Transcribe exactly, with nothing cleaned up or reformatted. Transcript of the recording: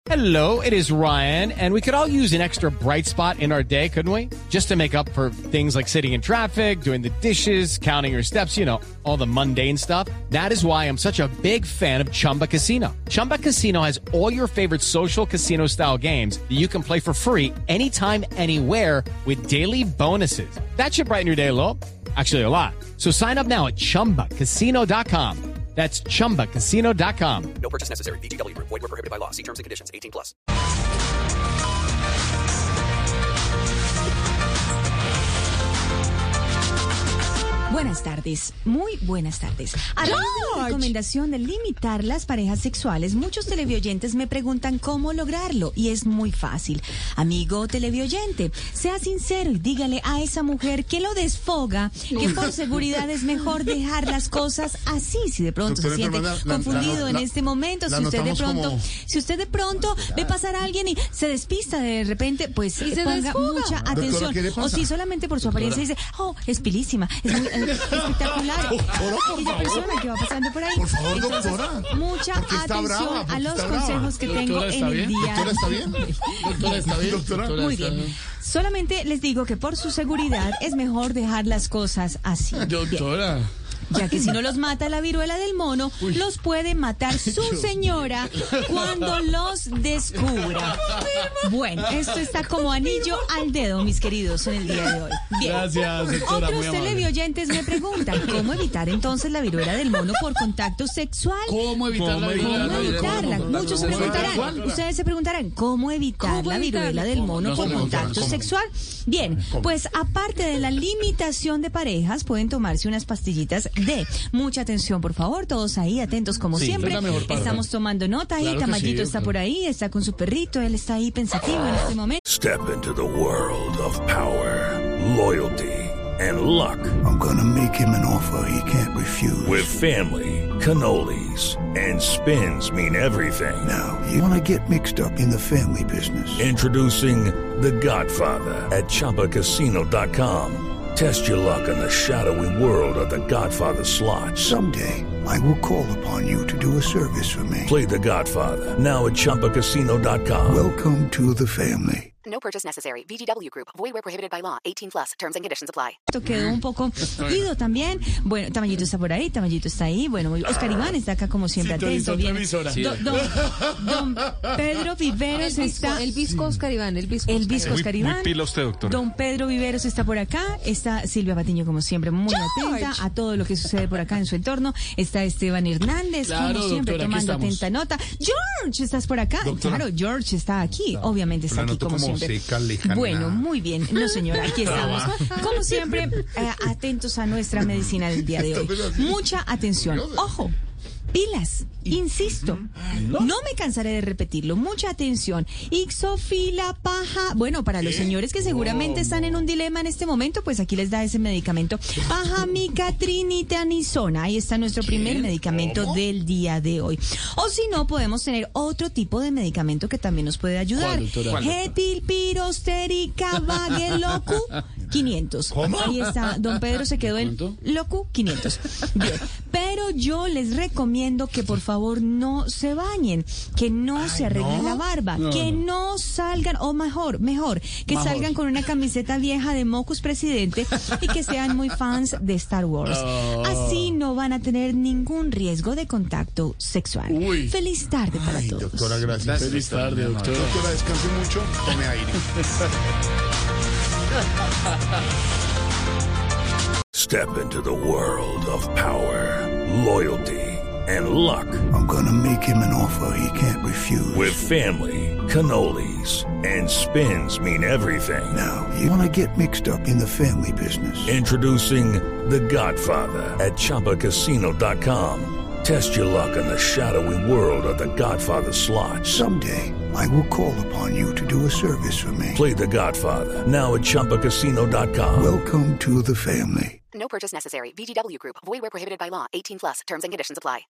Hello, it is Ryan, and we could all use an extra bright spot in our day, couldn't we? Just to make up for things like sitting in traffic, doing the dishes, counting your steps, you know, all the mundane stuff. That is why I'm such a big fan of Chumba Casino. Chumba Casino has all your favorite social casino-style games that you can play for free anytime, anywhere with daily bonuses. That should brighten your day a little. Actually, a lot. So sign up now at chumba casino dot com. That's chumba casino dot com. No purchase necessary. V G W Group. Void where prohibited by law. See terms and conditions. eighteen plus. Buenas tardes, muy buenas tardes. A raíz de la recomendación de limitar las parejas sexuales, muchos televidentes me preguntan cómo lograrlo y es muy fácil. Amigo televidente, sea sincero y dígale a esa mujer que lo desfoga, que por seguridad es mejor dejar las cosas así. Si de pronto Doctora, se siente la, la, confundido la, en la, este momento, la si usted de pronto, como... si usted de pronto ve pasar a alguien y se despista de repente, pues y se ponga desfoga. mucha Doctora, atención. ¿qué le O pasa? si solamente por su apariencia dice, oh, es pilísima, es muy eh, espectacular. Doctora, por Aquella persona que va pasando por ahí. Por favor, Entonces, doctora. mucha ¿Por qué está atención brava? ¿Por a qué los está brava? consejos que tengo Doctora, en ¿está el bien? día. ¿Doctora está bien? Doctora, ¿está bien? Doctora. Muy ¿está bien. Solamente les digo que por su seguridad es mejor dejar las cosas así. Bien. Doctora. Ya que si no los mata la viruela del mono, los puede matar su señora cuando los descubra. Bueno, esto está como anillo al dedo, mis queridos, en el día de hoy. Bien. Gracias, doctora, muy Otros amable. televidentes me preguntan cómo evitar entonces la viruela del mono por contacto sexual. ¿Cómo evitar la viruela ¿Cómo del evitarla? mono? Muchos se preguntarán, ¿Cuál? ustedes se preguntarán, ¿cómo evitar ¿Cómo la viruela evitarla? del mono ¿Cómo? por ¿Cómo? contacto ¿Cómo? sexual? Bien, pues aparte de la limitación de parejas, pueden tomarse unas pastillitas de mucha atención, por favor, todos ahí atentos como Sí, siempre. es la mejor parte. Estamos tomando nota ahí, Claro que Tamayito sí, está claro. por ahí, está con su perrito, él está ahí pensativo en este momento. Step into the world of power, loyalty, and luck. I'm gonna make him an offer he can't refuse. With family, cannolis, and spins mean everything. Now, you wanna get mixed up in the family business. Introducing The Godfather at Chumba Casino dot com. Test your luck in the shadowy world of The Godfather slot. Someday, I will call upon you to do a service for me. Play The Godfather now at Chumba Casino dot com. Welcome to the family. No purchase necessary. V G W Group. Void where prohibited by law. eighteen plus. Terms and conditions apply. Esto quedó un poco ido también. Bueno, Tamayito está por ahí, Tamayito está ahí. Bueno, muy- Oscar Iván está acá como siempre atento. Sintonizó Bien. otra emisora. Sí. Do- don, don Pedro Viveros El está. visco, el visco Oscar Iván, el visco. El Visco Oscar Iván. Muy pila usted, doctora. Don Pedro Viveros está por acá. Está Silvia Patiño, como siempre, muy atenta a todo lo que sucede por acá en su entorno. Está Esteban Hernández, Claro, como siempre, doctora, aquí tomando estamos. atenta nota. George, ¿estás por acá? Doctora. Claro, George está aquí. Obviamente está La aquí, noto como, como siempre. seca, lejana. Bueno, muy bien. No, señora, aquí estamos. Como siempre, eh, atentos a nuestra medicina del día de hoy. Mucha atención. Ojo. Pilas, insisto, no me cansaré de repetirlo, mucha atención. Ixofila, paja, bueno, para los señores que seguramente están en un dilema en este momento, pues aquí les da ese medicamento. Pajamicatrinitanizona, ahí está nuestro primer medicamento del día de hoy. O si no, podemos tener otro tipo de medicamento que también nos puede ayudar. ¿Cuál, doctora? ¿Cuál, Getilpirosterica vagelocu quinientos. Ahí está, don Pedro se quedó en ¿Cuánto? locu quinientos. Bien, pero yo les recomiendo que por favor no se bañen, que no se arreglen la barba, No, que no. no salgan, o mejor, mejor, que Mejor. salgan con una camiseta vieja de Mocus Presidente y que sean muy fans de Star Wars. Oh. Así no van a tener ningún riesgo de contacto sexual. Uy. Feliz tarde para Ay, todos. doctora, gracias. Feliz tarde, doctora. Doctora, descanse mucho, tome aire. Step into the world of power, loyalty, and luck. I'm gonna make him an offer he can't refuse. With family, cannolis, and spins mean everything. Now, you wanna get mixed up in the family business. Introducing The Godfather at Chumba Casino dot com. Test your luck in the shadowy world of The Godfather slot. Someday, I will call upon you to do a service for me. Play The Godfather now at Chumba Casino dot com. Welcome to the family. No purchase necessary. V G W Group. Void where prohibited by law. eighteen plus. Terms and conditions apply.